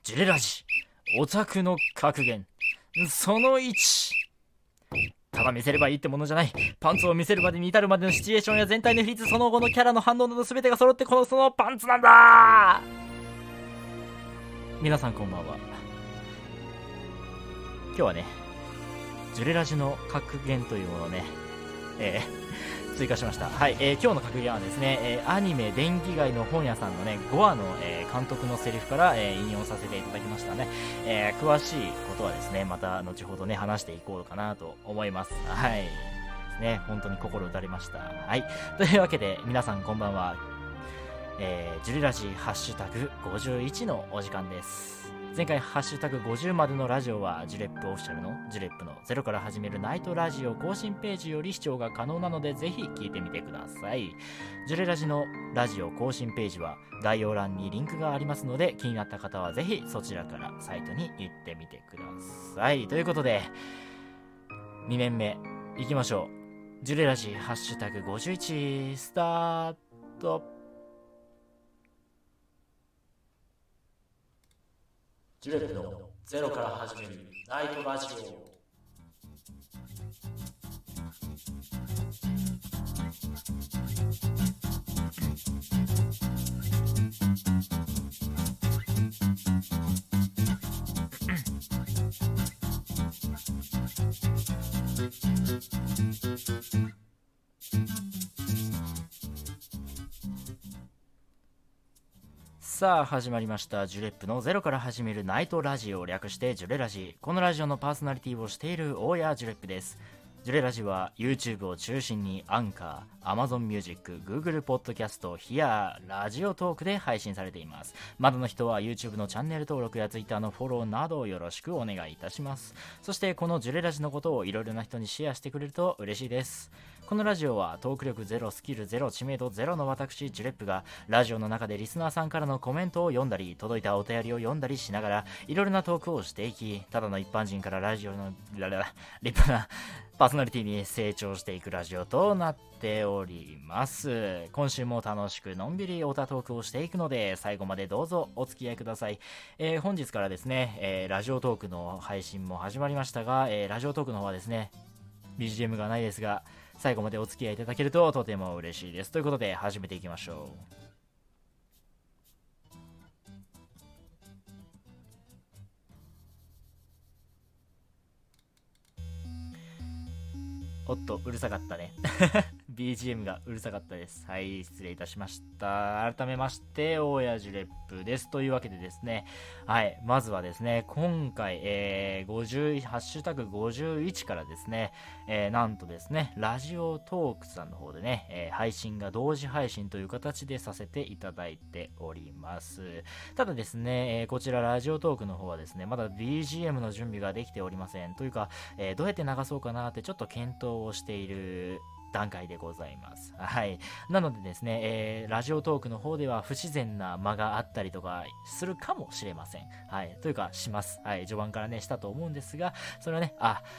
ジュレラジオタクの格言その1、ただ見せればいいってものじゃない。パンツを見せるまでに至るまでのシチュエーションや全体の比率、その後のキャラの反応など全てが揃ってそのパンツなんだ。皆さんこんばんは。今日はね、ジュレラジの格言というものをね、追加しました。はい、今日の格言はですね、アニメ電気街の本屋さんのね5話の、監督のセリフから、引用させていただきましたね。詳しいことはですね、また後ほどね話していこうかなと思います。はいですね、本当に心打たれました。はい、というわけで皆さんこんばんは。ジュレラジハッシュタグ51のお時間です。前回ハッシュタグ50までのラジオはジュレップオフィシャルのジュレップのゼロから始めるナイトラジオ更新ページより視聴が可能なのでぜひ聞いてみてください。ジュレラジのラジオ更新ページは概要欄にリンクがありますので、気になった方はぜひそちらからサイトに行ってみてください。ということで2年目いきましょう。ジュレラジハッシュタグ51スタート。ジュレップのゼロから始めるナイトラジオ。さあ始まりました。ジュレップのゼロから始めるナイトラジオ、略してジュレラジ。このラジオのパーソナリティをしている大谷ジュレップです。ジュレラジは YouTube を中心にアンカー、Amazon Music、Google Podcast、Here、ラジオトークで配信されています。まだの人は YouTube のチャンネル登録や Twitter のフォローなどよろしくお願いいたします。そしてこのジュレラジのことをいろいろな人にシェアしてくれると嬉しいです。このラジオはトーク力ゼロ、スキルゼロ、知名度ゼロの私ジュレップがラジオの中でリスナーさんからのコメントを読んだり、届いたお便りを読んだりしながらいろいろなトークをしていき、ただの一般人からラジオの立派なパーソナリティに成長していくラジオとなっております。今週も楽しくのんびりオタトークをしていくので最後までどうぞお付き合いください。本日からですね、ラジオトークの配信も始まりましたが、ラジオトークの方はですね BGM がないですが最後までお付き合いいただけるととても嬉しいです。ということで始めていきましょう。おっとうるさかったねBGM がうるさかったです。はい、失礼いたしました。改めまして大谷ジュレップです。というわけでですね、はい、まずはですね今回、ハッシュタグ51からですね、なんとですねラジオトークさんの方でね、配信が同時配信という形でさせていただいております。ただですね、こちらラジオトークの方はですねまだ BGM の準備ができておりません。というか、どうやって流そうかなってちょっと検討をしている段階でございます。はい。なのでですね、ラジオトークの方では不自然な間があったりとかするかもしれません。はい。というかします。はい。序盤からねしたと思うんですが、それはね、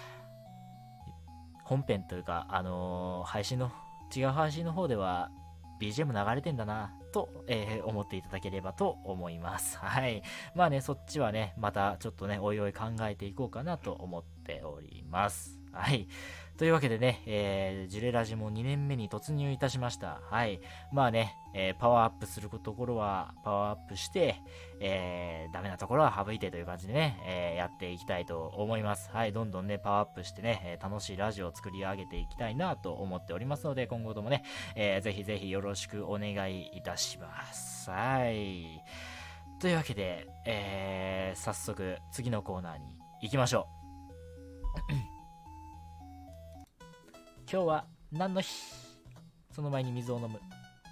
本編というか違う配信の方では BGM 流れてんだなと、思っていただければと思います。はい。まあね、そっちはね、またちょっとね、おいおい考えていこうかなと思っております。はい。というわけでね、ジュレラジも2年目に突入いたしました。はい。まあね、パワーアップするところはパワーアップして、ダメなところは省いてという感じでね、やっていきたいと思います。はい。どんどんね、パワーアップしてね、楽しいラジオを作り上げていきたいなと思っておりますので、今後ともね、ぜひぜひよろしくお願いいたします。はい。というわけで、早速次のコーナーに行きましょう。今日は何の日？その前に水を飲む。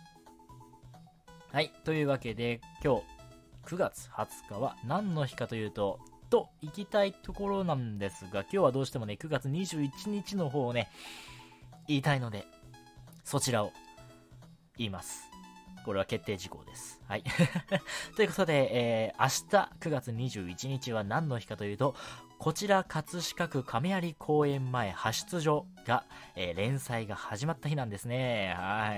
はい、というわけで今日9月20日は何の日かというと行きたいところなんですが、今日はどうしてもね9月21日の方をね言いたいのでそちらを言います。これは決定事項です。はいということで、明日9月21日は何の日かというと、こちら葛飾区亀有公園前派出所が、連載が始まった日なんですね。はい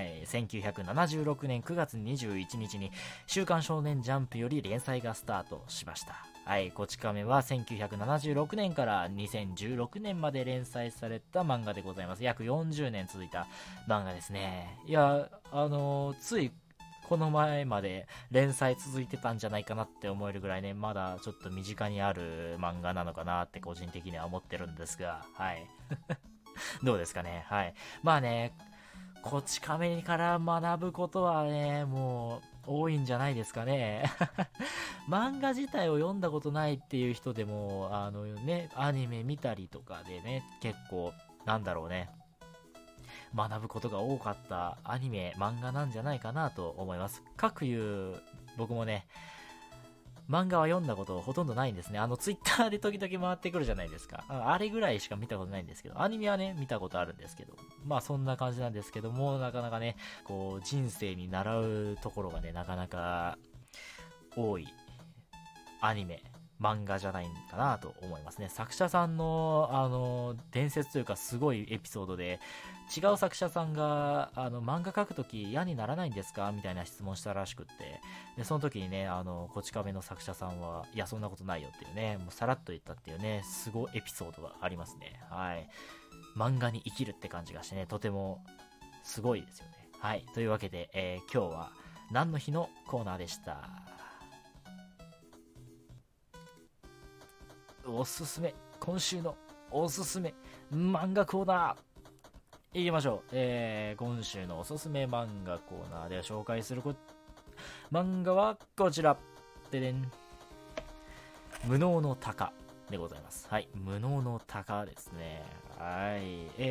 。1976年9月21日に週刊少年ジャンプより連載がスタートしました。 はい、こち亀は1976年から2016年まで連載された漫画でございます。約40年続いた漫画ですね。いや、ついこの前まで連載続いてたんじゃないかなって思えるぐらいね、まだちょっと身近にある漫画なのかなって個人的には思ってるんですが、はい。どうですかね。はい。まあね、こち亀から学ぶことはね、もう多いんじゃないですかね。漫画自体を読んだことないっていう人でも、アニメ見たりとかでね、結構、なんだろうね、学ぶことが多かったアニメ、漫画なんじゃないかなと思います。各いう、僕もね、漫画は読んだことほとんどないんですね。ツイッターで時々回ってくるじゃないですか。あれぐらいしか見たことないんですけど、アニメはね、見たことあるんですけど、まあそんな感じなんですけども、なかなかね、こう、人生に習うところがね、なかなか多いアニメ、漫画じゃないかなと思いますね。作者さんの、伝説というかすごいエピソードで、違う作者さんが、漫画描くとき嫌にならないんですかみたいな質問したらしくって、で、その時にね、こち亀の作者さんは、いや、そんなことないよっていうね、もうさらっと言ったっていうね、すごいエピソードがありますね。はい。漫画に生きるって感じがしてね、とてもすごいですよね。はい。というわけで、今日は何の日のコーナーでした。おすすめ、今週のおすすめ漫画コーナーいきましょう。今週のおすすめ漫画コーナーで紹介する漫画はこちら。ででん。無能の鷹でございます。はい。無能の鷹ですね。はい。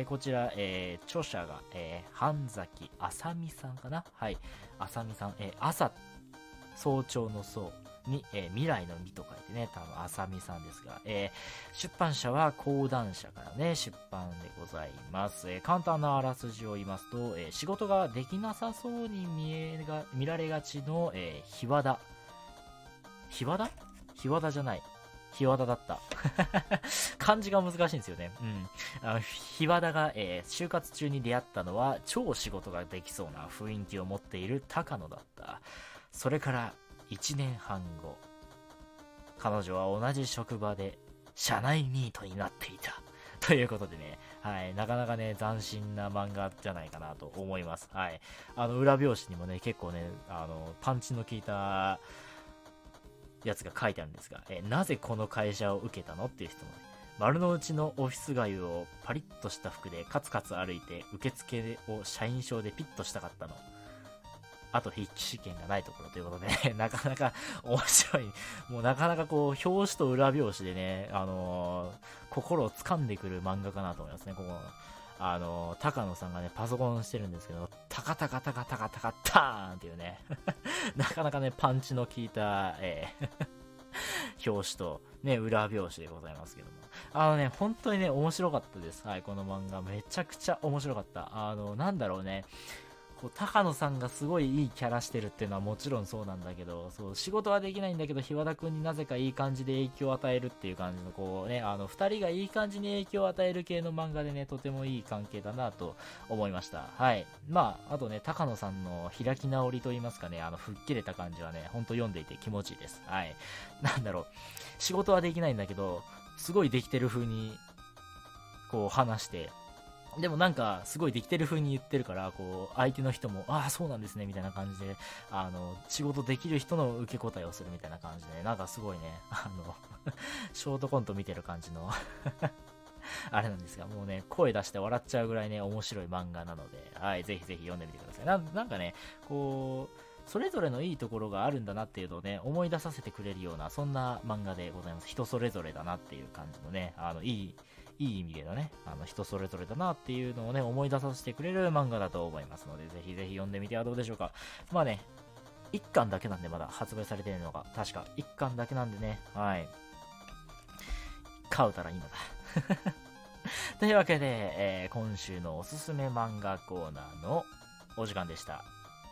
こちら、著者が、半崎あさみさんかな。はい。あさみさん、朝、早朝の早に、未来の未と書いてね、多分あさみさんですが、出版社は講談社からね、出版でございます。簡単なあらすじを言いますと、仕事ができなさそうに見られがちの、日和田。日和田日和田じゃない。日和田だった。漢字が難しいんですよね。うん。日和田が、就活中に出会ったのは、超仕事ができそうな雰囲気を持っている高野だった。それから1年半後、彼女は同じ職場で社内ニートになっていた。ということでね、はい、なかなかね、斬新な漫画じゃないかなと思います。はい。裏表紙にもね、結構ね、パンチの効いたやつが書いてあるんですが、なぜこの会社を受けたのっていう質問で、丸の内のオフィス街をパリッとした服でカツカツ歩いて受付を社員証でピッとしたかったの。あと筆記試験がないところということで、ね、なかなか面白い。もうなかなかこう、表紙と裏表紙でね、心を掴んでくる漫画かなと思いますね、ここ。高野さんがね、パソコンしてるんですけど、タカタカタカタカタカターンっていうね、なかなかね、パンチの効いた、表紙と、ね、裏表紙でございますけども。本当にね、面白かったです。はい、この漫画。めちゃくちゃ面白かった。なんだろうね。こう高野さんがすごいいいキャラしてるっていうのはもちろんそうなんだけど、そう仕事はできないんだけど、日和田くんになぜかいい感じで影響を与えるっていう感じの、こうね、二人がいい感じに影響を与える系の漫画でね、とてもいい関係だなと思いました。はい。まあ、あとね、高野さんの開き直りと言いますかね、吹っ切れた感じはね、ほんと読んでいて気持ちいいです。はい。なんだろう、仕事はできないんだけど、すごいできてる風に、こう話して、でもなんか、すごいできてる風に言ってるから、こう、相手の人も、ああ、そうなんですね、みたいな感じで、仕事できる人の受け答えをするみたいな感じで、なんかすごいね、ショートコント見てる感じのあれなんですが、もうね、声出して笑っちゃうぐらいね、面白い漫画なので、はい、ぜひぜひ読んでみてください。なんかね、こう、それぞれのいいところがあるんだなっていうのをね、思い出させてくれるような、そんな漫画でございます。人それぞれだなっていう感じのね、いい意味でのね、人それぞれだなっていうのをね、思い出させてくれる漫画だと思いますので、ぜひぜひ読んでみてはどうでしょうか。まあね、1巻だけなんでまだ発売されてるのが、確か1巻だけなんでね、はい。買うたら今だ。というわけで、今週のおすすめ漫画コーナーのお時間でした。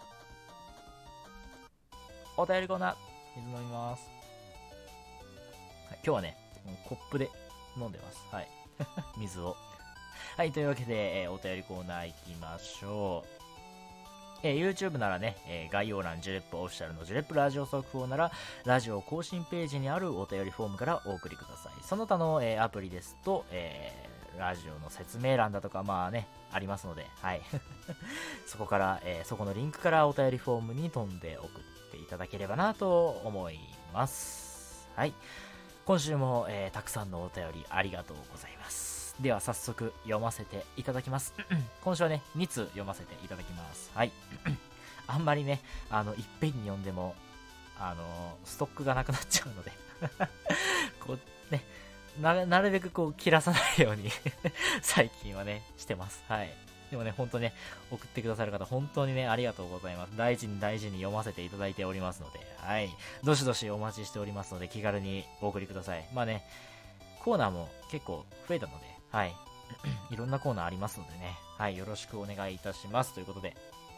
お便りコーナー、水飲みます。はい、今日はね、コップで飲んでます。はい。水を。はい、というわけで、お便りコーナー行きましょ YouTube ならね、概要欄ジュレップオフィシャルのジュレップラジオ速報ならラジオ更新ページにあるお便りフォームからお送りください。その他の、アプリですと、ラジオの説明欄だとかまあねありますので、はいそこから、そこのリンクからお便りフォームに飛んで送っていただければなと思います。はい、今週も、たくさんのお便りありがとうございます。では早速読ませていただきます今週はね2通読ませていただきます。はいあんまりねいっぺんに読んでもストックがなくなっちゃうのでこうねなるべくこう切らさないように最近はねしてます。はい、でもね本当ね送ってくださる方本当にねありがとうございます。大事に大事に読ませていただいておりますので、はい、どしどしお待ちしておりますので気軽にお送りください。まあねコーナーも結構増えたので、はいいろんなコーナーありますのでね、はいよろしくお願いいたしますということで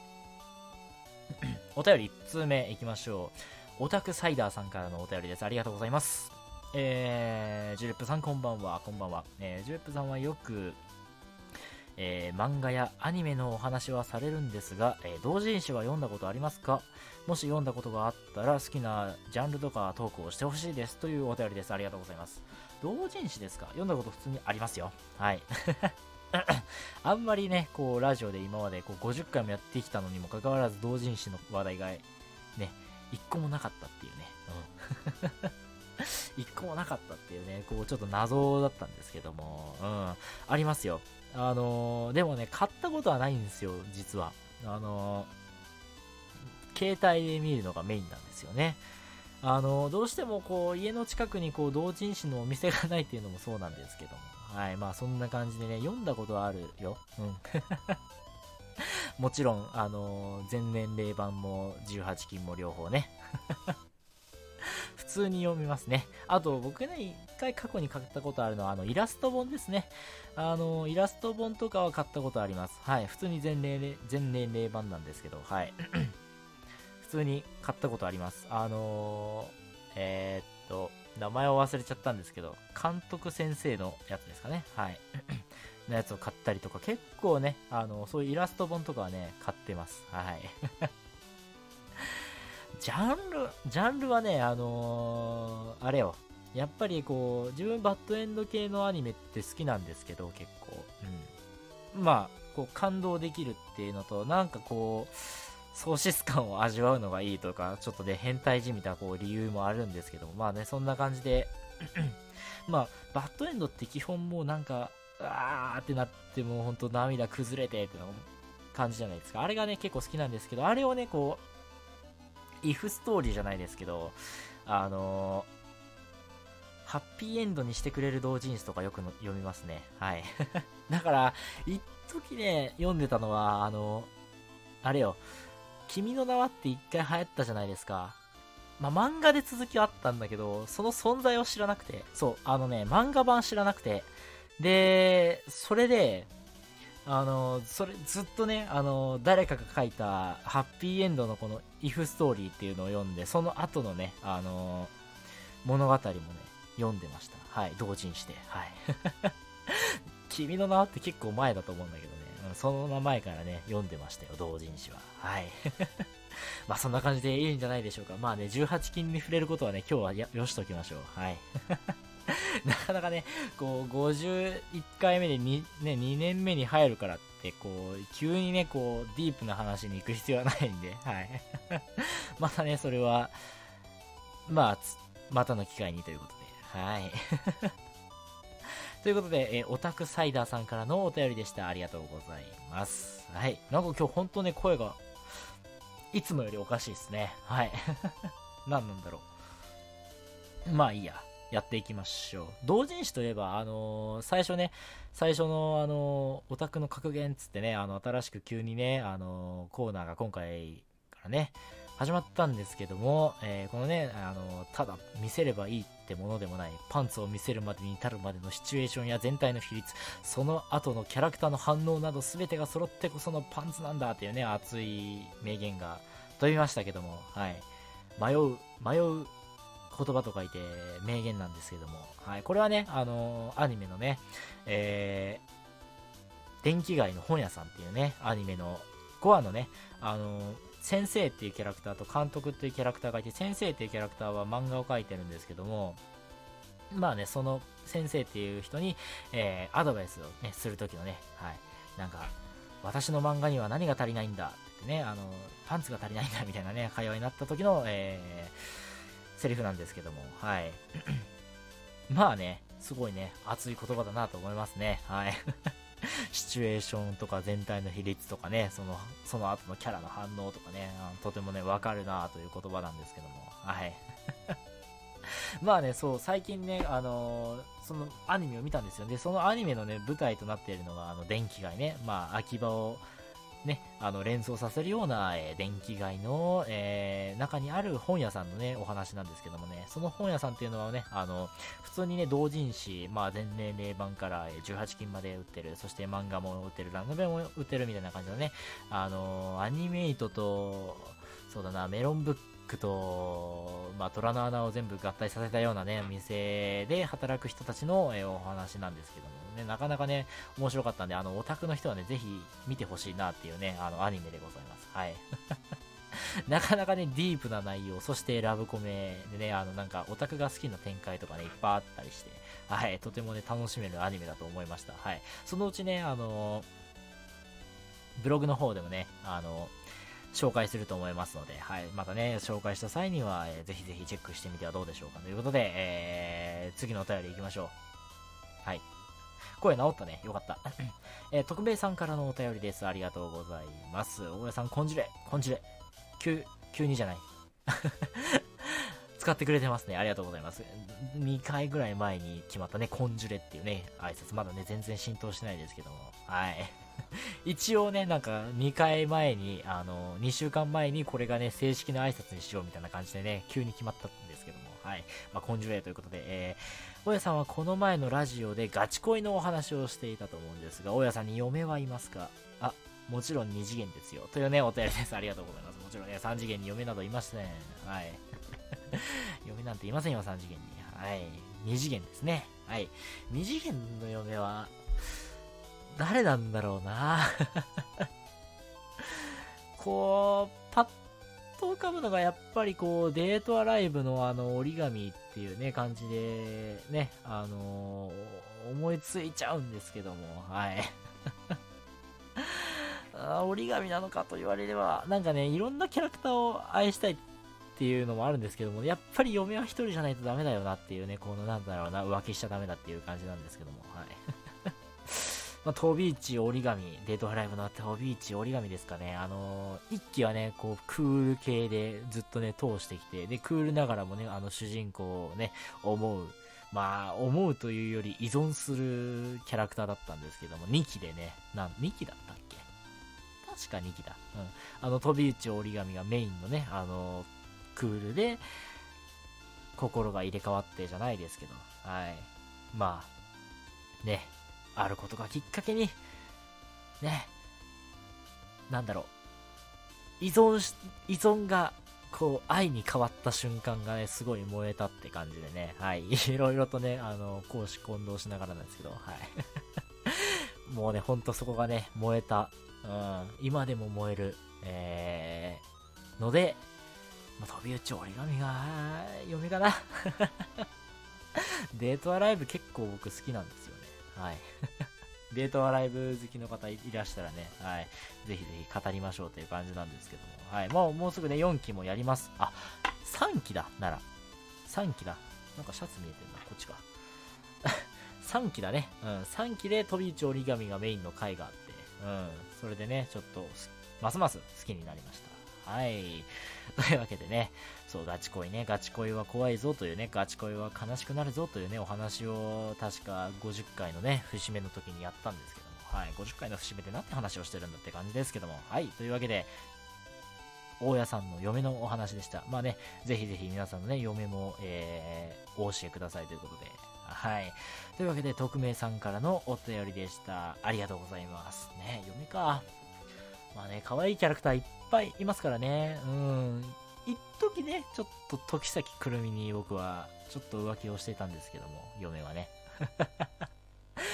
お便り1通目いきましょう。オタクサイダーさんからのお便りです。ありがとうございます。ジュレップさんこんばんは。こんばんは。ジュレップさんはよく、漫画やアニメのお話はされるんですが、同人誌は読んだことありますか？もし読んだことがあったら好きなジャンルとかトークをしてほしいですというお便りです。ありがとうございます。同人誌ですか？読んだこと普通にありますよ。はいあんまりねこうラジオで今までこう50回もやってきたのにもかかわらず同人誌の話題がね1個もなかったっていうね、1個もなかったっていうねこうちょっと謎だったんですけども、ありますよ。でもね買ったことはないんですよ実は。携帯で見るのがメインなんですよね。どうしてもこう家の近くにこう同人誌のお店がないっていうのもそうなんですけども、はい、まあそんな感じでね読んだことはあるよ。もちろん全年齢版も18禁も両方ね普通に読みますね。あと僕ね一回過去に買ったことあるのはイラスト本ですね。イラスト本とかは買ったことあります。はい、普通に全年齢版なんですけど、はい普通に買ったことあります。名前を忘れちゃったんですけど監督先生のやつですかね。はいのやつを買ったりとか結構ねそういうイラスト本とかはね買ってます。はいジャンルはねあれよやっぱりこう自分バッドエンド系のアニメって好きなんですけど結構、まあこう感動できるっていうのとなんかこう喪失感を味わうのがいいとかちょっとね変態じみたこう理由もあるんですけどまあねそんな感じでまあバッドエンドって基本もうなんかあーってなってもうほんと涙崩れてって感じじゃないですか。あれがね結構好きなんですけどあれをねこうイフストーリーじゃないですけどハッピーエンドにしてくれる同人誌とかよく読みますね。はいだから一時ね読んでたのはあれよ君の名はって一回流行ったじゃないですか。まあ、漫画で続きはあったんだけど、その存在を知らなくて、そう、漫画版知らなくて、で、それで、それずっとね、誰かが書いたハッピーエンドのこのイフストーリーっていうのを読んで、その後のね、物語もね、読んでました。はい、同人誌で。はい。君の名はって結構前だと思うんだけどね、その名前からね、読んでましたよ、同人誌は。はい。まあそんな感じでいいんじゃないでしょうか。まあね、18禁に触れることはね、今日はよしときましょう。はい。なかなかね、こう、51回目で2年目に入るからって、こう、急にね、こう、ディープな話に行く必要はないんで、はい。またね、それは、まあ、またの機会にということで、はい。ということで、オタクサイダーさんからのお便りでした。ありがとうございます。はい。なんか今日本当ね、声が、いつもよりおかしいですね。はい。何なんだろう。まあいいや。やっていきましょう。同人誌といえば、最初のオタクの格言つってね、新しく急にね、コーナーが今回からね、始まったんですけども、このね、ただ見せればいいってものでもない、パンツを見せるまでに至るまでのシチュエーションや全体の比率、その後のキャラクターの反応など全てが揃ってこそのパンツなんだっていうね、熱い名言が飛びましたけども、はい。迷う言葉と書いて名言なんですけども、はい。これはね、アニメのね、電気街の本屋さんっていうね、アニメの 5話のね、先生っていうキャラクターと監督っていうキャラクターがいて、先生っていうキャラクターは漫画を描いてるんですけども、まあね、その先生っていう人に、アドバイスを、ね、するときのね、はい、なんか、私の漫画には何が足りないんだってね、パンツが足りないんだみたいなね、会話になった時の、セリフなんですけども、はい。まあね、すごいね、熱い言葉だなと思いますね。はい。シチュエーションとか全体の比率とかね、その後のキャラの反応とかね、とてもね、わかるなという言葉なんですけども、はい。まあね、そう、最近ね、そのアニメを見たんですよ。で、そのアニメのね、舞台となっているのが、電気街ね、まあ、秋葉をね、連想させるような、電気街の、中にある本屋さんのね、お話なんですけどもね、その本屋さんっていうのはね、普通にね、同人誌、まあ、全年齢版から18禁まで売ってる、そして漫画も売ってる、ラノベも売ってるみたいな感じのね、アニメイトと、そうだな、メロンブックと、まあ、虎の穴を全部合体させたようなね、店で働く人たちの、お話なんですけどもね、なかなかね、面白かったんで、オタクの人はね、ぜひ見てほしいなっていうね、アニメでございます。はい。なかなかね、ディープな内容、そしてラブコメでね、なんか、オタクが好きな展開とかね、いっぱいあったりして、はい、とてもね、楽しめるアニメだと思いました。はい。そのうちね、ブログの方でもね、紹介すると思いますので、はい、またね、紹介した際には、ぜひぜひチェックしてみてはどうでしょうかということで、次のお便り行きましょう。はい。声治ったね。よかった。特命さんからのお便りです。ありがとうございます。大家さん、コンジュレ。急にじゃない。使ってくれてますね。ありがとうございます。2回ぐらい前に決まったね、コンジュレっていうね、挨拶。まだね、全然浸透してないですけども。はい。一応ね、なんか2回前に、2週間前にこれがね、正式な挨拶にしようみたいな感じでね、急に決まったんですけども。はい。まあ、コンジュレということで、大家さんはこの前のラジオでガチ恋のお話をしていたと思うんですが、大家さんに嫁はいますか？あ、もちろん2次元ですよ。というね、お便りです。ありがとうございます。もちろんね、3次元に嫁などいません。はい。嫁なんていませんよ、3次元に。はい。2次元ですね。はい。2次元の嫁は、誰なんだろうな。こう、パッと浮かぶのがやっぱりこう、デートアライブの折り紙っていうね、感じで、ね、思いついちゃうんですけども、はい。折り紙なのかと言われれば、なんかね、いろんなキャラクターを愛したいっていうのもあるんですけども、やっぱり嫁は一人じゃないとダメだよなっていうね、このなんだろうな、浮気しちゃダメだっていう感じなんですけども、はい。まあ、トビーチ折り紙、デートフライブのトビーチ折り紙ですかね。一期はね、こう、クール系でずっとね、通してきて、で、クールながらもね、主人公をね、思うというより依存するキャラクターだったんですけども、2期でね、2期だったっけ？確か2期だ。うん。トビーチ折り紙がメインのね、クールで、心が入れ替わってじゃないですけど、はい。まあ、ね、あることがきっかけに、ね、なんだろう、依存が、こう、愛に変わった瞬間がね、すごい燃えたって感じでね、はい、いろいろとね、公私混同しながらなんですけど、はい。もうね、ほんとそこがね、燃えた、今でも燃える、ので、飛び打ち折り紙が、読みかな。デートアライブ結構僕好きなんですよね。はい。デートアライブ好きの方いらしたらね、はい。ぜひぜひ語りましょうという感じなんですけども。はい。もうすぐね、4期もやります。あ、3期だ、なら。3期だ。なんかシャツ見えてるな、こっちか。3期だね。うん。3期で飛び打ち折り紙がメインの回があって、うん。それでね、ちょっと、ますます好きになりました。はい。というわけでね、そう、ガチ恋ね、ガチ恋は怖いぞというね、ガチ恋は悲しくなるぞというね、お話を確か50回のね、節目の時にやったんですけども、はい、50回の節目でなんて話をしてるんだって感じですけども、はい、というわけで、大家さんの嫁のお話でした。まあね、ぜひぜひ皆さんのね、嫁も、お教えくださいということで、はい。というわけで、匿名さんからのお便りでした。ありがとうございます。ね、嫁か。まあね、可愛いキャラクターいっぱいいますからね。うん。一時ね、ちょっと時崎くるみに僕はちょっと浮気をしていたんですけども、嫁はね。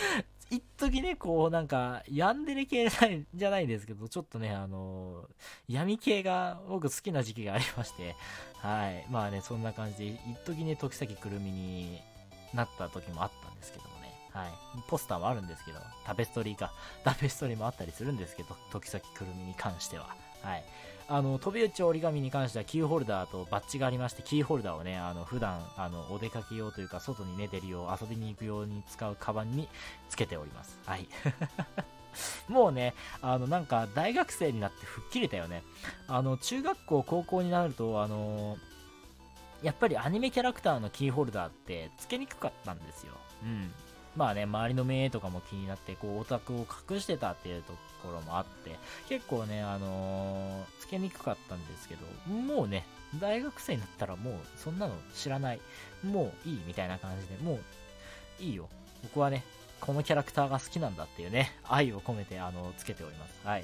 一時ね、こうなんか、ヤンデレ系じゃないですけど、ちょっとね、闇系が僕好きな時期がありまして、はい。まあね、そんな感じで、一時ね、時崎くるみになった時もあったんですけどもね、はい。ポスターもあるんですけど、タペストリーもあったりするんですけど、時崎くるみに関しては。はい。飛び打ち折り紙に関してはキーホルダーとバッジがありまして、キーホルダーをね、普段、お出かけ用というか、外にね、出るよう、遊びに行くように使うカバンにつけております。はい。もうね、なんか、大学生になって吹っ切れたよね。中学校、高校になると、やっぱりアニメキャラクターのキーホルダーってつけにくかったんですよ。うん。まあね、周りの目とかも気になって、こう、オタクを隠してたっていうところもあって、結構ね、つけにくかったんですけど、もうね、大学生になったらもう、そんなの知らない。もういいみたいな感じで、もう、いいよ。僕はね、このキャラクターが好きなんだっていうね、愛を込めて、つけております。はい。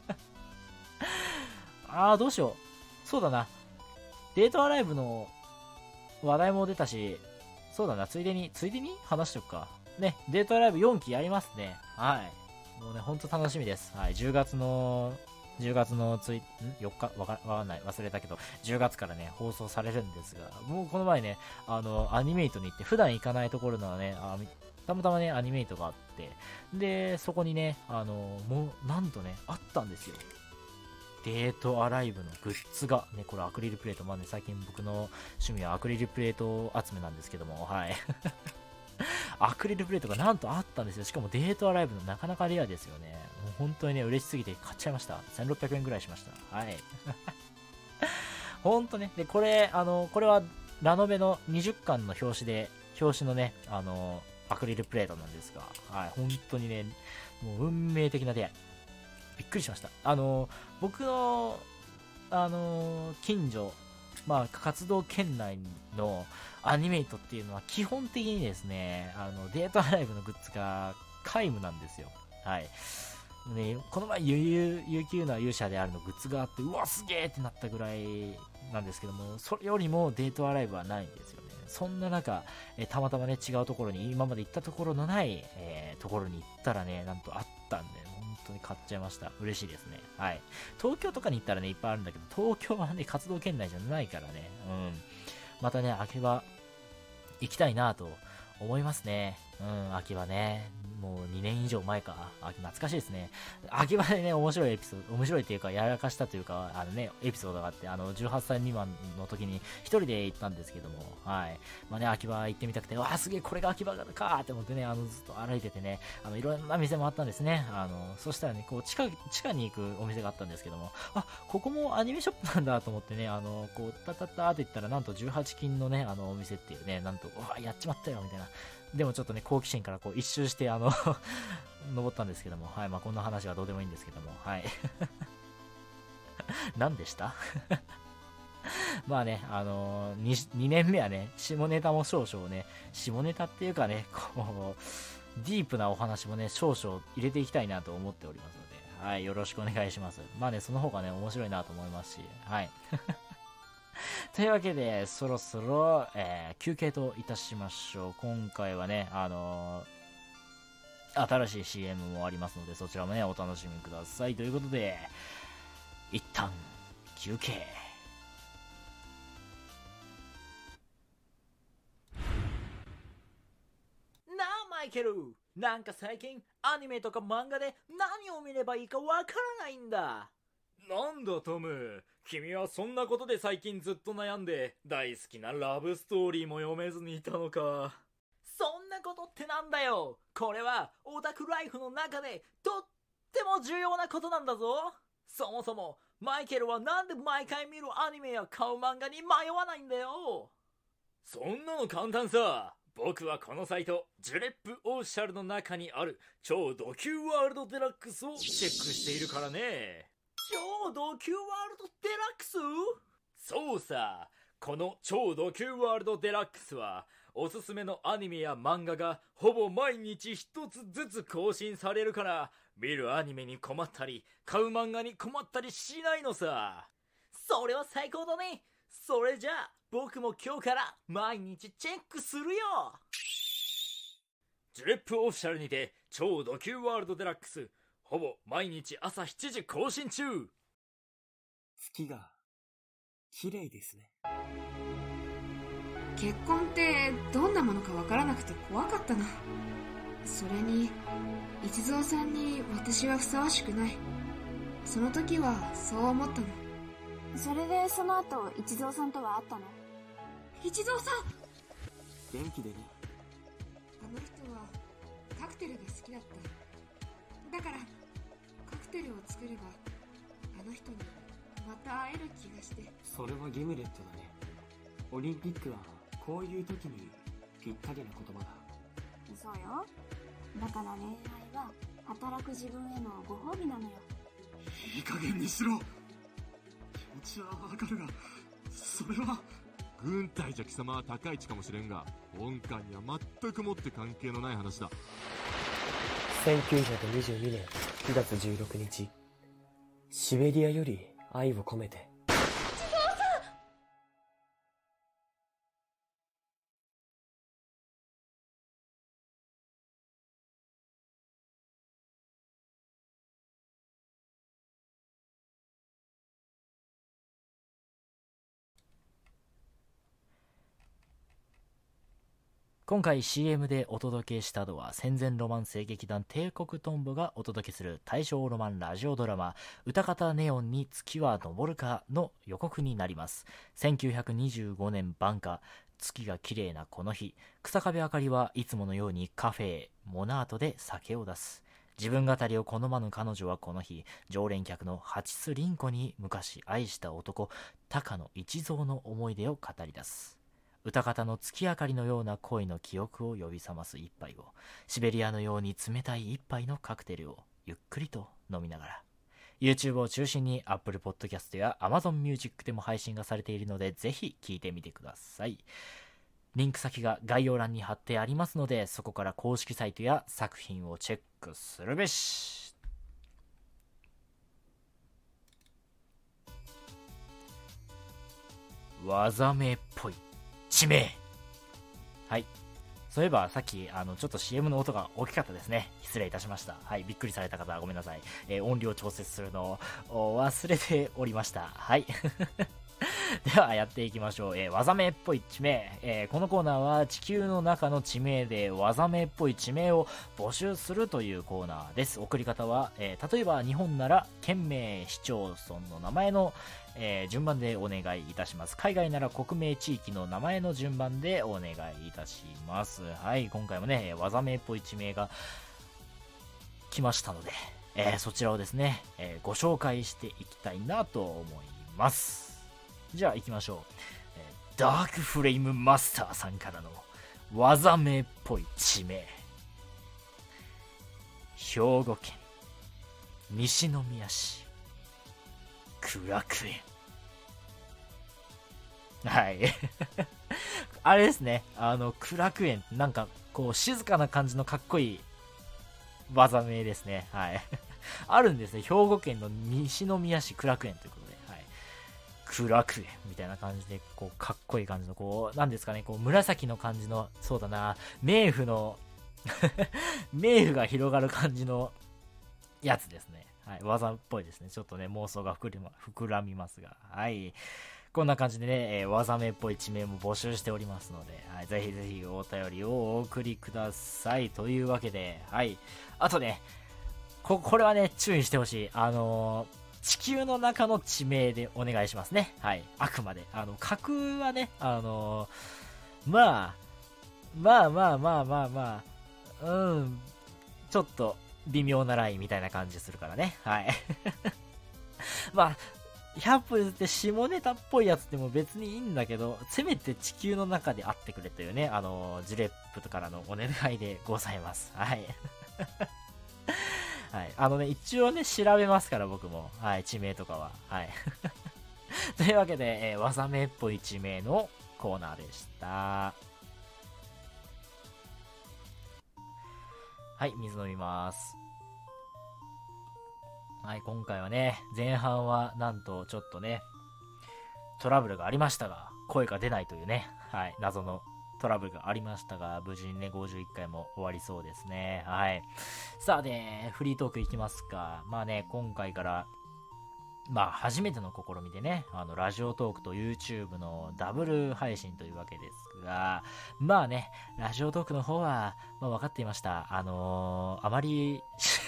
どうしよう。そうだな。デートアライブの話題も出たし、そうだな、ついでに話しとくか。ね、デートライブ4期やりますね。はい。もうね、ほんと楽しみです。はい。10月の4日わかんない。忘れたけど、10月からね、放送されるんですが、もうこの前ね、アニメイトに行って、普段行かないところのね、たまたまね、アニメイトがあって、で、そこにね、もう、なんとね、あったんですよ。デートアライブのグッズが、ね、これアクリルプレート、まあね、最近僕の趣味はアクリルプレート集めなんですけども、はい。アクリルプレートがなんとあったんですよ。しかもデートアライブのなかなかレアですよね。もう本当にね、嬉しすぎて買っちゃいました。1600円ぐらいしました。はい。ほんとね。で、これはラノベの20巻の表紙のね、アクリルプレートなんですが、はい、本当にね、もう運命的な出会い。びっくりしました。僕の、近所、まあ、活動圏内のアニメイトっていうのは基本的にですね、デートアライブのグッズが皆無なんですよ。はい。ね、この前、悠久な勇者であるのグッズがあって、うわ、すげーってなったぐらいなんですけども、それよりもデートアライブはないんですよね。そんな中、たまたまね、違うところに、今まで行ったところのない、ところに行ったらね、なんとあったんで、本当に買っちゃいました。嬉しいですね。はい。東京とかに行ったらね、いっぱいあるんだけど、東京はね、活動圏内じゃないからね、うん。またね、秋葉、行きたいなと思いますね。うん、秋葉ね。もう2年以上前か。懐かしいですね。秋葉でね、面白いっていうか、やらかしたというか、エピソードがあって、18歳未満の時に一人で行ったんですけども、はい。まあね、秋葉行ってみたくて、わあ、すげえ、これが秋葉かって思ってね、ずっと歩いててね、いろんな店もあったんですね。そしたらね、こう、地下に行くお店があったんですけども、ここもアニメショップなんだと思ってね、こう、タタタって言ったら、なんと18金のね、お店っていうね、なんと、うわ、やっちまったよ、みたいな。でもちょっとね、好奇心からこう一周して、登ったんですけども、はい、まあこんな話はどうでもいいんですけども、はい。何でしたまあね、2年目はね、下ネタも少々ね、下ネタっていうかね、こう、ディープなお話もね、少々入れていきたいなと思っておりますので、はい、よろしくお願いします。まあね、その方がね、面白いなと思いますし、はい。というわけで、そろそろ、休憩といたしましょう。今回はね、新しい CM もありますので、そちらもね、お楽しみください。ということで、一旦、休憩。なあ、マイケル。なんか最近、アニメとか漫画で何を見ればいいかわからないんだ。 なんだトム、君はそんなことで最近ずっと悩んで大好きなラブストーリーも読めずにいたのか。 そんなことってなんだよ。これはオタクライフの中でとっても重要なことなんだぞ。そもそもマイケルはなんで毎回見るアニメや買う漫画に迷わないんだよ。 そんなの簡単さ。僕はこのサイトジュレップオーシャルの中にある超ド級ワールドデラックスをチェックしているからね。 超ド級ワールドデラックス？ そうさ。この超ド級ワールドデラックスはおすすめのアニメや漫画がほぼ毎日一つずつ更新されるから、見るアニメに困ったり買う漫画に困ったりしないのさ。 それは最高だね。それじゃあ僕も今日から毎日チェックするよ。 ジュレップオフィシャルにて超ド級ワールドデラックス、ほぼ毎日朝7時更新中。 月が綺麗ですね。 結婚ってどんなものかわからなくて怖かったな。それに一蔵さんに私はふさわしくない。その時はそう思ったの。 それでその後一蔵さんとは会ったの？ 一蔵さん、 元気でね。 あの人はカクテルが好きだった。だからカクテルを作ればあの人にまた会える気がして。 それはギムレットだね。オリンピックはこういう時にぴったりな言葉だ。 そうよ。だから恋愛は働く自分へのご褒美なのよ。 いい加減にしろ。気持ちはわかるが、それは軍隊じゃ貴様は高い位置かもしれんが、本艦には全くもって関係のない話だ。 1922年9月16日、シベリアより愛を込めて。 今回 CM でお届けしたのは戦前ロマン声劇団帝国トンボがお届けする大正ロマンラジオドラマ歌方ネオンに月は昇るかの予告になります。1925年晩夏、月が綺麗なこの日、草壁あかりはいつものようにカフェモナートで酒を出す。自分語りを好まぬ彼女はこの日、常連客の八須凛子に昔愛した男高野一蔵の思い出を語り出す。歌方の月明かりのような恋の記憶を呼び覚ます一杯を、シベリアのように冷たい一杯のカクテルをゆっくりと飲みながら、 YouTube を中心に Apple Podcast や Amazon Music でも配信がされているので、ぜひ聴いてみてください。リンク先が概要欄に貼ってありますので、そこから公式サイトや作品をチェックするべし。技名っぽい地名。はい。そういえばさっきちょっと CM の音が大きかったですね。失礼いたしました。はい。びっくりされた方はごめんなさい。音量調節するのを忘れておりました。はい。ではやっていきましょう。技名っぽい地名。このコーナーは地球の中の地名で技名っぽい地名を募集するというコーナーです。送り方は、例えば日本なら県名、市町村の名前の、順番でお願いいたします。海外なら国名、地域の名前の順番でお願いいたします。はい。今回もね、技名っぽい地名が来ましたので、そちらをですね、ご紹介していきたいなと思います。じゃあ行きましょう。ダークフレイムマスターさんからの技名っぽい地名。兵庫県西宮市苦楽園。はい。あれですね、苦楽園、なんかこう静かな感じのかっこいい技名ですね。はい。あるんですね、兵庫県の西宮市苦楽園ということで、はい。苦楽園みたいな感じで、こうかっこいい感じの、こうなんですかね、こう紫の感じの、そうだな、冥府の冥府が広がる感じのやつですね。はい、技っぽいですね。ちょっとね、妄想が膨らみますが、はい。こんな感じでね、技名っぽい地名も募集しておりますので、はい、ぜひぜひお便りをお送りください。というわけで、はい。あとね、これはね、注意してほしい。地球の中の地名でお願いしますね。はい。あくまで。架空はね、まあ、ちょっと微妙なラインみたいな感じするからね。はい。まあ、100歩譲って下ネタっぽいやつでも別にいいんだけど、せめて地球の中であってくれというね、ジュレップからのお願いでございます。はい。はい。一応ね、調べますから、僕も。はい、地名とかは。はい。というわけで、技名っぽい地名のコーナーでした。はい、水飲みます。はい、今回はね、前半はなんとちょっとね、トラブルがありましたが、声が出ないというね、はい、謎のトラブルがありましたが、無事にね、51回も終わりそうですね。はい。さあね、フリートークいきますか。まあね、今回から、まあ初めての試みでね、ラジオトークと YouTube のダブル配信というわけですが、まあね、ラジオトークの方は、まあ分かっていました。あまり、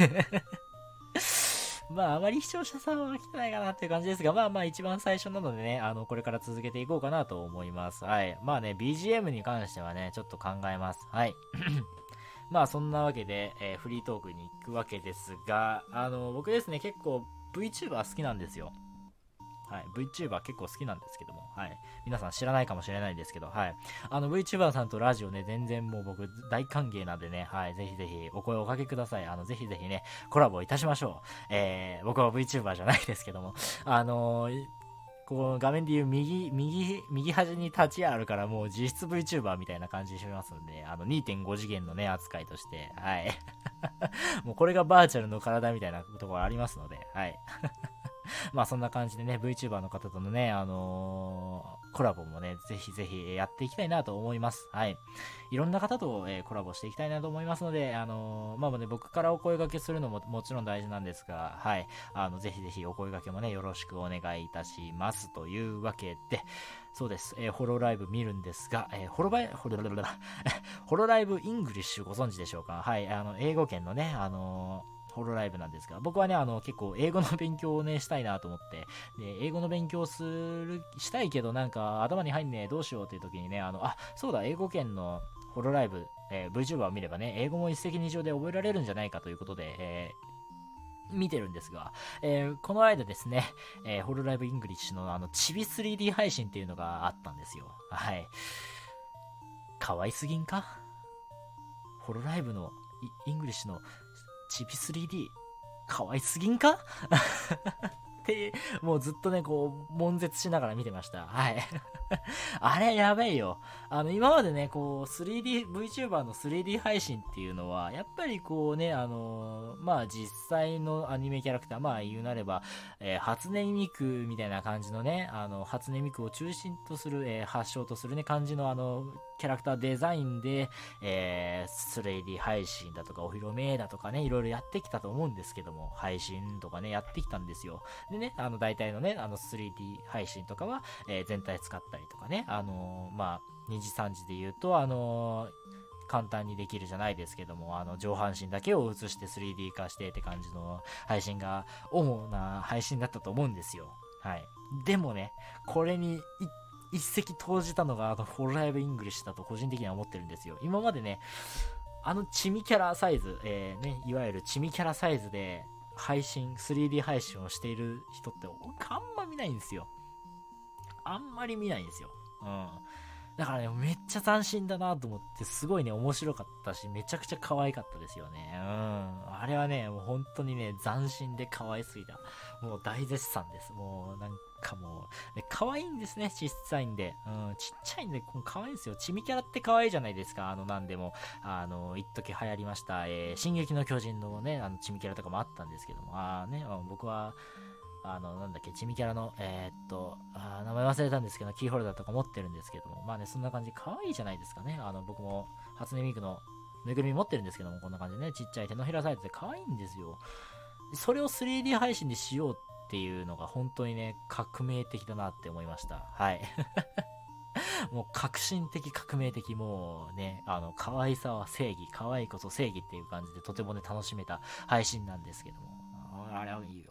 まああまり視聴者さんは来てないかなっていう感じですが、まあまあ一番最初なのでね、これから続けていこうかなと思います。はい。まあね、BGM に関してはね、ちょっと考えます。はい。まあそんなわけで、フリートークに行くわけですが、僕ですね、結構、VTuber 好きなんですよ。はい。VTuber 結構好きなんですけども、はい。皆さん知らないかもしれないんですけど、はい。VTuber さんとラジオね、全然もう僕大歓迎なんでね、はい。ぜひぜひお声をおかけください。ぜひぜひね、コラボいたしましょう。僕は VTuber じゃないですけども、こう画面でいう右端に立ちあるからもう実質 VTuber みたいな感じしますんで、2.5 次元のね、扱いとして、はい。もうこれがバーチャルの体みたいなところありますので、はい。まあそんな感じでね、VTuber の方とのね、コラボもね、ぜひぜひやっていきたいなと思います。はい。いろんな方と、コラボしていきたいなと思いますので、まあね、僕からお声掛けするのももちろん大事なんですが、はい。ぜひぜひお声掛けもね、よろしくお願いいたします。というわけで、そうです。ホロライブ見るんですが、ホロライブイングリッシュご存知でしょうか？はい。英語圏のね、ホロライブなんですが、僕はね、結構英語の勉強をね、したいなと思って、で、英語の勉強したいけどなんか頭に入んねえ、どうしようっていう時にね、そうだ、英語圏のホロライブ、VTuber を見ればね、英語も一石二鳥で覚えられるんじゃないかということで、見てるんですが、この間ですね、ホロライブイングリッシュのチビ 3D 配信っていうのがあったんですよ。はい。可愛すぎんか？ホロライブのイングリッシュのチビ 3D 可愛すぎんかってもうずっとねこう悶絶しながら見てました。はいあれやべえよ。今までねこう VTuber の 3D 配信っていうのはやっぱりこうねまあ実際のアニメキャラクター、まあ言うなれば、初音ミクみたいな感じのね初音ミクを中心とする、発祥とするね感じのキャラクターデザインで、3D 配信だとかお披露目だとかねいろいろやってきたと思うんですけども、配信とかねやってきたんですよ。でね大体のね3D 配信とかは、全体使ったりとかねまあ2次3次で言うと簡単にできるじゃないですけども上半身だけを映して 3D 化してって感じの配信が主な配信だったと思うんですよ。はい。でもねこれに一石投じたのがホロライブイングリッシュだと個人的には思ってるんですよ。今までねチミキャラサイズ、ね、いわゆるチミキャラサイズで3D 配信をしている人ってあんま見ないんですよ。あんまり見ないんですよ。うん。だからね、めっちゃ斬新だなと思って、すごいね、面白かったし、めちゃくちゃ可愛かったですよね。うん。あれはね、もう本当にね、斬新で可愛すぎた。もう大絶賛です。もうなんかもう、ね、可愛いんですね、ちっちゃいんで。うん、ちっちゃいんで、可愛いんですよ。チミキャラって可愛いじゃないですか。なんでも、一時流行りました、進撃の巨人のね、チミキャラとかもあったんですけども、ね、僕は、なんだっけ、チミキャラの、名前忘れたんですけど、キーホルダーとか持ってるんですけども、まあね、そんな感じ、可愛いじゃないですかね。僕も、初音ミクのぬいぐるみ持ってるんですけども、こんな感じでね、ちっちゃい手のひらサイズで可愛いんですよ。それを 3D 配信でしようっていうのが、本当にね、革命的だなって思いました。はい。もう革新的、革命的、もうね、可愛さは正義、可愛いこそ正義っていう感じで、とてもね、楽しめた配信なんですけども、あれはいいよ。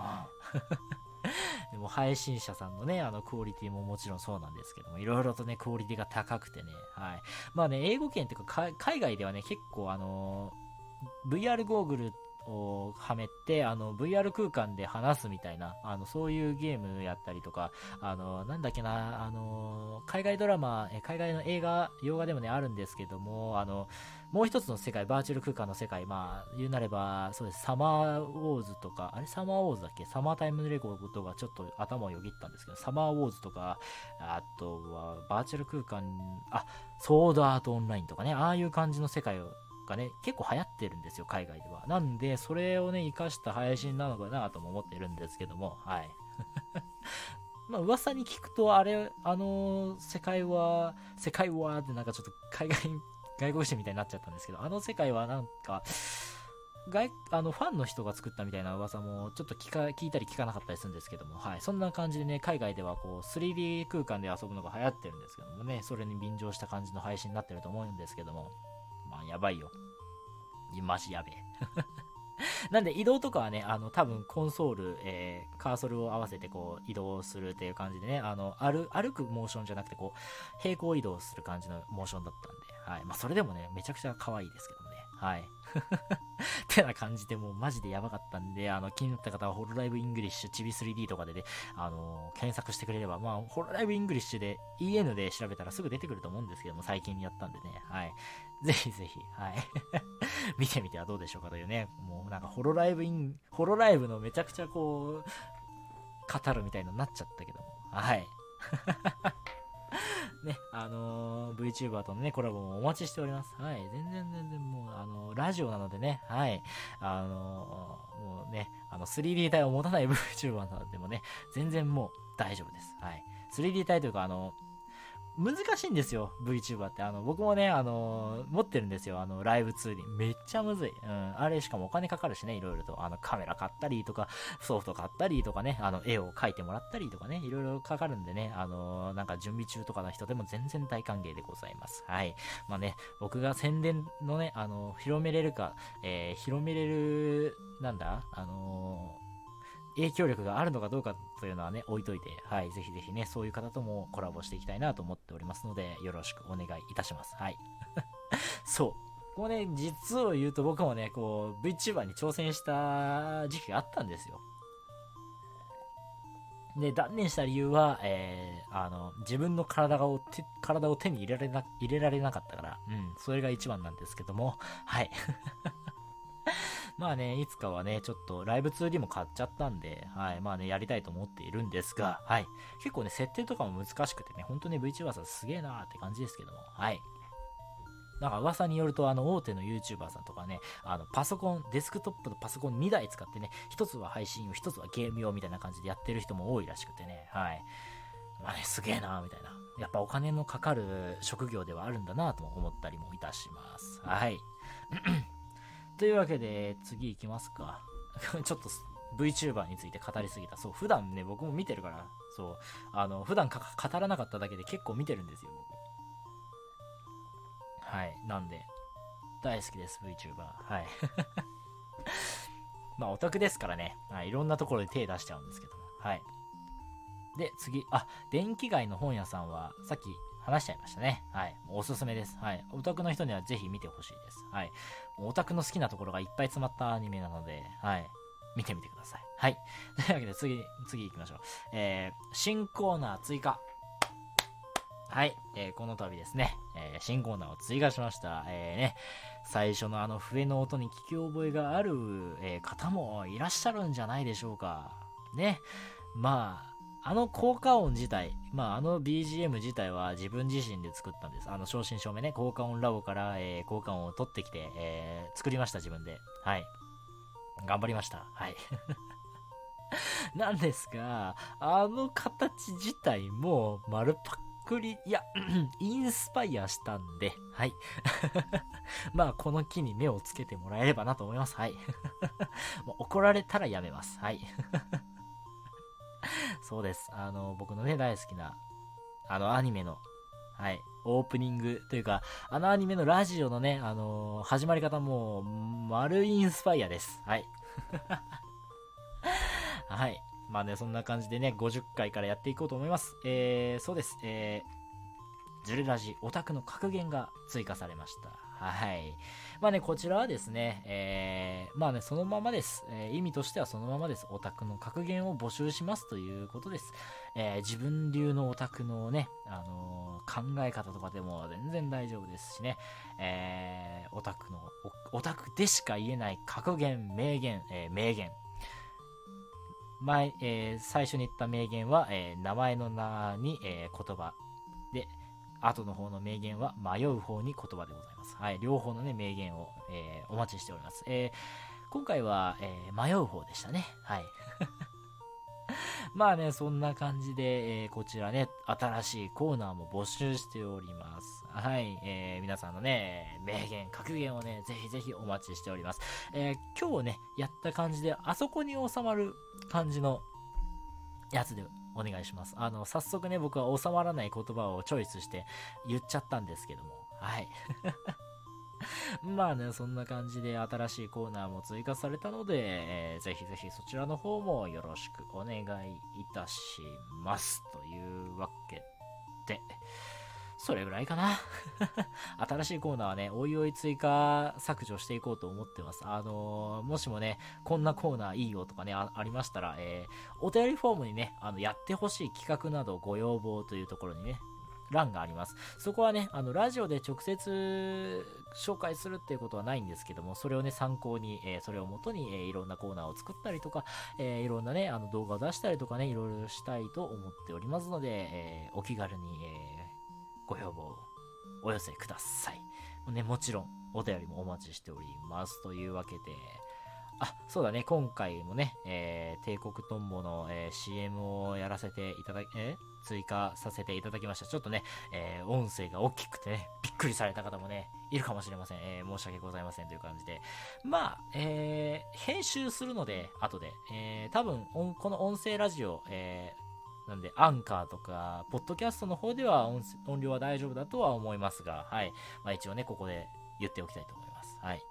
でも配信者さんのねクオリティももちろんそうなんですけども、いろいろとねクオリティが高くてね、はい、まあね英語圏っていうか海外ではね結構VR ゴーグルをはめてVR 空間で話すみたいなそういうゲームやったりとかなんだっけな海外ドラマ海外の洋画でもねあるんですけどももう一つの世界バーチャル空間の世界まあ言うなればそうですサマーウォーズとかサマーウォーズだっけサマータイムレコードがちょっと頭をよぎったんですけどサマーウォーズとかあとはバーチャル空間ソードアートオンラインとかねああいう感じの世界をがね結構流行ってるんですよ海外では。なんでそれをね活かした配信なのかなとも思ってるんですけども、はいまあ噂に聞くと、あれ、世界はってなんかちょっと外国人みたいになっちゃったんですけど、あの世界はなんか、ファンの人が作ったみたいな噂もちょっと聞いたり聞かなかったりするんですけども、はい、そんな感じでね、海外ではこう 3D 空間で遊ぶのが流行ってるんですけどもね、それに便乗した感じの配信になってると思うんですけども、まあやばいよ。マジやべえ。なんで移動とかはね、多分コンソール、カーソルを合わせてこう移動するっていう感じでね、歩くモーションじゃなくてこう、平行移動する感じのモーションだったんで、はい。まあそれでもね、めちゃくちゃ可愛いですけどもね、はい。ってな感じでもうマジでやばかったんで、気になった方はホロライブイングリッシュチビ 3D とかでね、検索してくれれば、まあ、ホロライブイングリッシュで EN で調べたらすぐ出てくると思うんですけども、最近やったんでね、はい。ぜひぜひ、はい。見てみてはどうでしょうかというね、もうなんかホロライブのめちゃくちゃこう、語るみたいになっちゃったけども、はい。ね、VTuber とのね、コラボもお待ちしております。はい。全然もう、ラジオなのでね、はい。もうね、3D 体を持たない VTuber なのでもね、全然もう大丈夫です。はい。3D 体というか、難しいんですよ、VTuber って。僕もね、持ってるんですよ、ライブ 2D。めっちゃむずい。うん。あれしかもお金かかるしね、いろいろと。カメラ買ったりとか、ソフト買ったりとかね、絵を描いてもらったりとかね、いろいろかかるんでね、なんか準備中とかの人でも全然大歓迎でございます。はい。まあね、僕が宣伝のね、広めれる、なんだ影響力があるのかどうかというのはね、置いといて、はい、ぜひぜひね、そういう方ともコラボしていきたいなと思っておりますので、よろしくお願いいたします。はい。そう。こうね、実を言うと僕もね、こう、VTuber に挑戦した時期があったんですよ。で、断念した理由は、自分の体を手に入れられなかったから、それが一番なんですけども、はい。まあね、いつかはね、ちょっとライブ 2D も買っちゃったんで、はい、まあね、やりたいと思っているんですが、はい。結構ね、設定とかも難しくてね、本当に VTuber さんすげえなーって感じですけども、はい。なんか噂によると、大手の YouTuber さんとかね、デスクトップのパソコン2台使ってね、一つは配信用、一つはゲーム用みたいな感じでやってる人も多いらしくてね、はい。まあね、すげえなーみたいな。やっぱお金のかかる職業ではあるんだなとも思ったりもいたします。はい。というわけで、次行きますか。ちょっと VTuber について語りすぎた。そう、普段ね、僕も見てるから、そう、普段語らなかっただけで結構見てるんですよ、僕。はい、なんで、大好きです、VTuber。はい。まあ、オタクですからね、はい、いろんなところで手出しちゃうんですけども。はい。で、次、電気街の本屋さんは、さっき話しちゃいましたね。はい。おすすめです。はい。オタクの人にはぜひ見てほしいです。はい。オタクの好きなところがいっぱい詰まったアニメなので、はい。見てみてください。はい。というわけで次行きましょう。新コーナー追加。はい。この度ですね、新コーナーを追加しました。最初の笛の音に聞き覚えがある、方もいらっしゃるんじゃないでしょうか。ね。まあ、効果音自体、BGM 自体は自分自身で作ったんです。正真正銘ね、効果音ラボから、効果音を取ってきて、作りました、自分で。はい。頑張りました。はい。なんですが、形自体も丸パクリ、いや、インスパイアしたんで、はい。まあ、この機に目をつけてもらえればなと思います。はい。もう怒られたらやめます。はい。そうです。僕のね、大好きな、アニメの、はい、オープニングというか、アニメのラジオのね、始まり方も、丸インスパイアです。はい。はい。まあね、そんな感じでね、50回からやっていこうと思います。そうです。ジュレラジオタクの格言が追加されました。はい。まあね、こちらはですね、まあね、そのままです。意味としてはそのままです。オタクの格言を募集しますということです。自分流のオタクのね、考え方とかでも全然大丈夫ですしね、オタクでしか言えない格言、名言、最初に言った名言は、名前の名に、言葉で、後の方の名言は迷う方に言葉でございます。はい、両方のね、名言を、お待ちしております。今回は、迷う方でしたね。はい。 まあね、そんな感じで、こちらね、新しいコーナーも募集しております。はい、皆さんのね、名言、格言をね、ぜひぜひお待ちしております。今日ね、やった感じで、あそこに収まる感じのやつでお願いします。早速ね、僕は収まらない言葉をチョイスして言っちゃったんですけども、はい。まあね、そんな感じで新しいコーナーも追加されたので、ぜひぜひそちらの方もよろしくお願いいたします。というわけで、それぐらいかな。新しいコーナーはね、おいおい追加削除していこうと思ってます。もしもね、こんなコーナーいいよとかね、ありましたら、お便りフォームにね、やってほしい企画などご要望というところにね、欄があります。そこはね、ラジオで直接紹介するっていうことはないんですけども、それをね、参考に、それをもとに、いろんなコーナーを作ったりとか、いろんなね、動画を出したりとかね、いろいろしたいと思っておりますので、お気軽に、ご要望お寄せください。もちろん、お便りもお待ちしております。というわけで、そうだね、今回もね、帝国トンボの、CM をやらせていただき、追加させていただきました。ちょっとね、音声が大きくてね、びっくりされた方もね、いるかもしれません。申し訳ございませんという感じで。まあ、編集するので、後で、多分、この音声ラジオ、なんで、アンカーとか、ポッドキャストの方では音量は大丈夫だとは思いますが、はい。まあ一応ね、ここで言っておきたいと思います。はい。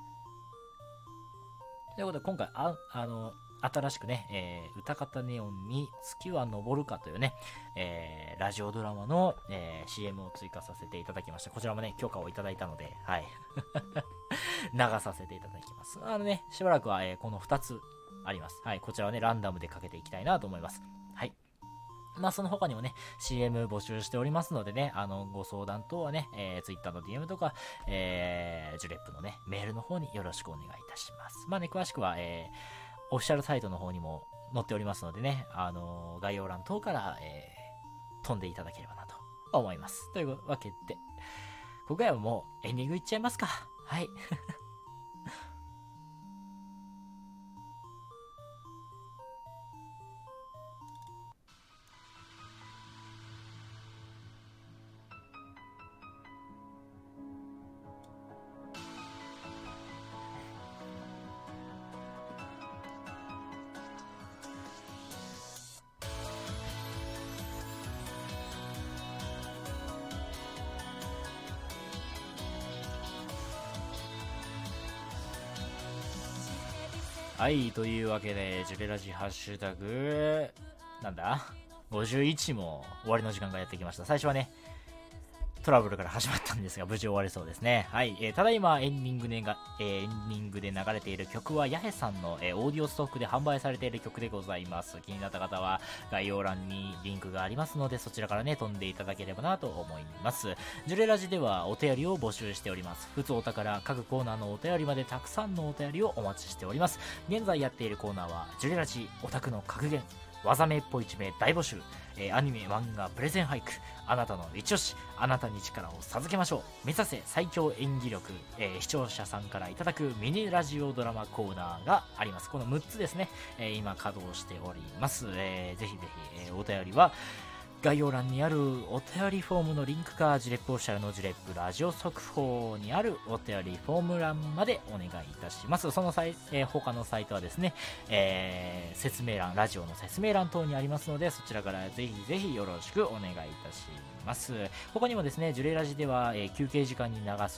ということで、今回、新しくね、歌方ネオンに月は昇るかというね、ラジオドラマの、CM を追加させていただきました。こちらもね、許可をいただいたので、はい。流させていただきます。しばらくは、この2つあります。はい。こちらはね、ランダムでかけていきたいなと思います。はい。まあその他にもね CM 募集しておりますのでね、ご相談等はね、Twitter の DM とか、ジュレップのねメールの方によろしくお願いいたします。まあね、詳しくは、オフィシャルサイトの方にも載っておりますのでね、概要欄等から、飛んでいただければなと思います。というわけで、今回はもうエンディングいっちゃいますか。はい。はい、というわけで、ジュレラジハッシュタグ、なんだ ?51 も終わりの時間がやってきました。最初はね、トラブルから始まったんですが、無事終わりそうですね。はい、ただいまエンディングで流れている曲は、ヤヘさんの、オーディオストックで販売されている曲でございます。気になった方は、概要欄にリンクがありますので、そちらからね、飛んでいただければなと思います。ジュレラジではお便りを募集しております。ふつおたから各コーナーのお便りまでたくさんのお便りをお待ちしております。現在やっているコーナーは、ジュレラジオタクの格言、技名っぽい地名大募集、アニメ漫画プレゼン俳句、あなたの一押し、あなたに力を授けましょう、目指せ最強演技力、視聴者さんからいただくミニラジオドラマコーナーがあります。この6つですね、今稼働しております。ぜひぜひ、お便りは概要欄にあるお便りフォームのリンクか、ジュレップオフィシャルのジュレップラジオ速報にあるお便りフォーム欄までお願いいたします。その他のサイトはですね、説明欄、ラジオの説明欄等にありますので、そちらからぜひぜひよろしくお願いいたします。他にもですね、ジュレラジでは、休憩時間に流す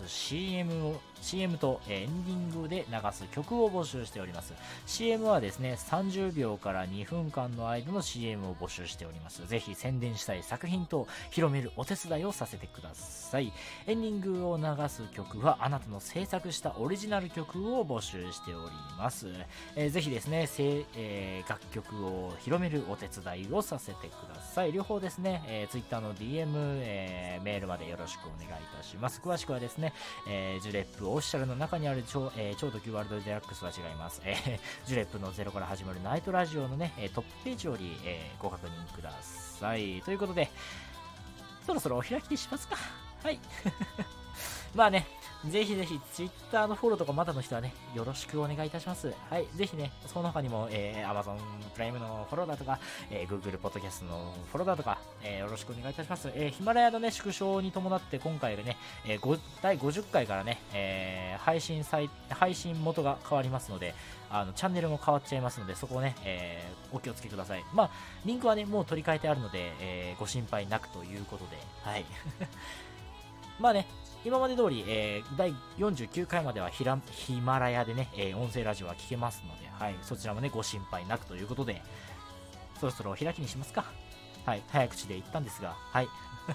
CM と、エンディングで流す曲を募集しております。CM はですね、30秒から2分間の間の CM を募集しております。ぜひ宣伝したい作品と広めるお手伝いをさせてください。エンディングを流す曲はあなたの制作したオリジナル曲を募集しております。ぜひですね、楽曲を広めるお手伝いをさせてください。両方ですね、Twitter の DM、メールまでよろしくお願いいたします。詳しくはですね、ジュレップオフィシャルの中にある超ドキュワールドデラックスは違います。ジュレップのゼロから始まるナイトラジオのね、トップページより、ご確認ください。ということで、そろそろお開きにしますか。はい。 まあね、ぜひぜひ Twitter のフォローとかまだの人はね、よろしくお願いいたします。はい、ぜひね、その他にも、Amazon プライムのフォローだとか、Google ポッドキャストのフォローだとか、よろしくお願いいたします。ヒマラヤのね、縮小に伴って今回でね、第50回からね、配信元が変わりますので、チャンネルも変わっちゃいますので、そこをね、お気をつけください。まあ、リンクはね、もう取り替えてあるので、ご心配なくということで、はい。まあね、今まで通り、第49回まではヒマラヤでね、音声ラジオは聞けますので、はい、そちらもね、ご心配なくということで、そろそろお開きにしますか。はい、早口で言ったんですが、はい。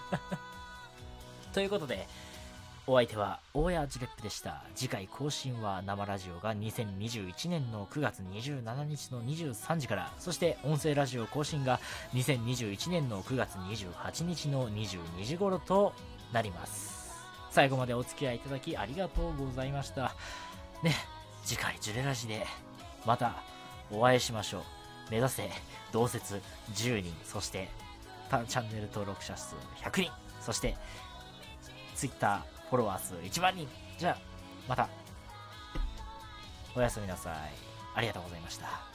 ということで、お相手は大谷ジュレップでした。次回更新は生ラジオが2021年の9月27日の23時から、そして音声ラジオ更新が2021年の9月28日の22時頃となります。最後までお付き合いいただきありがとうございました。ね、次回ジュレラジでまたお会いしましょう。目指せ同説10人、そしてチャンネル登録者数100人、そしてツイッターフォロワー数1万人。じゃあまたおやすみなさい。ありがとうございました。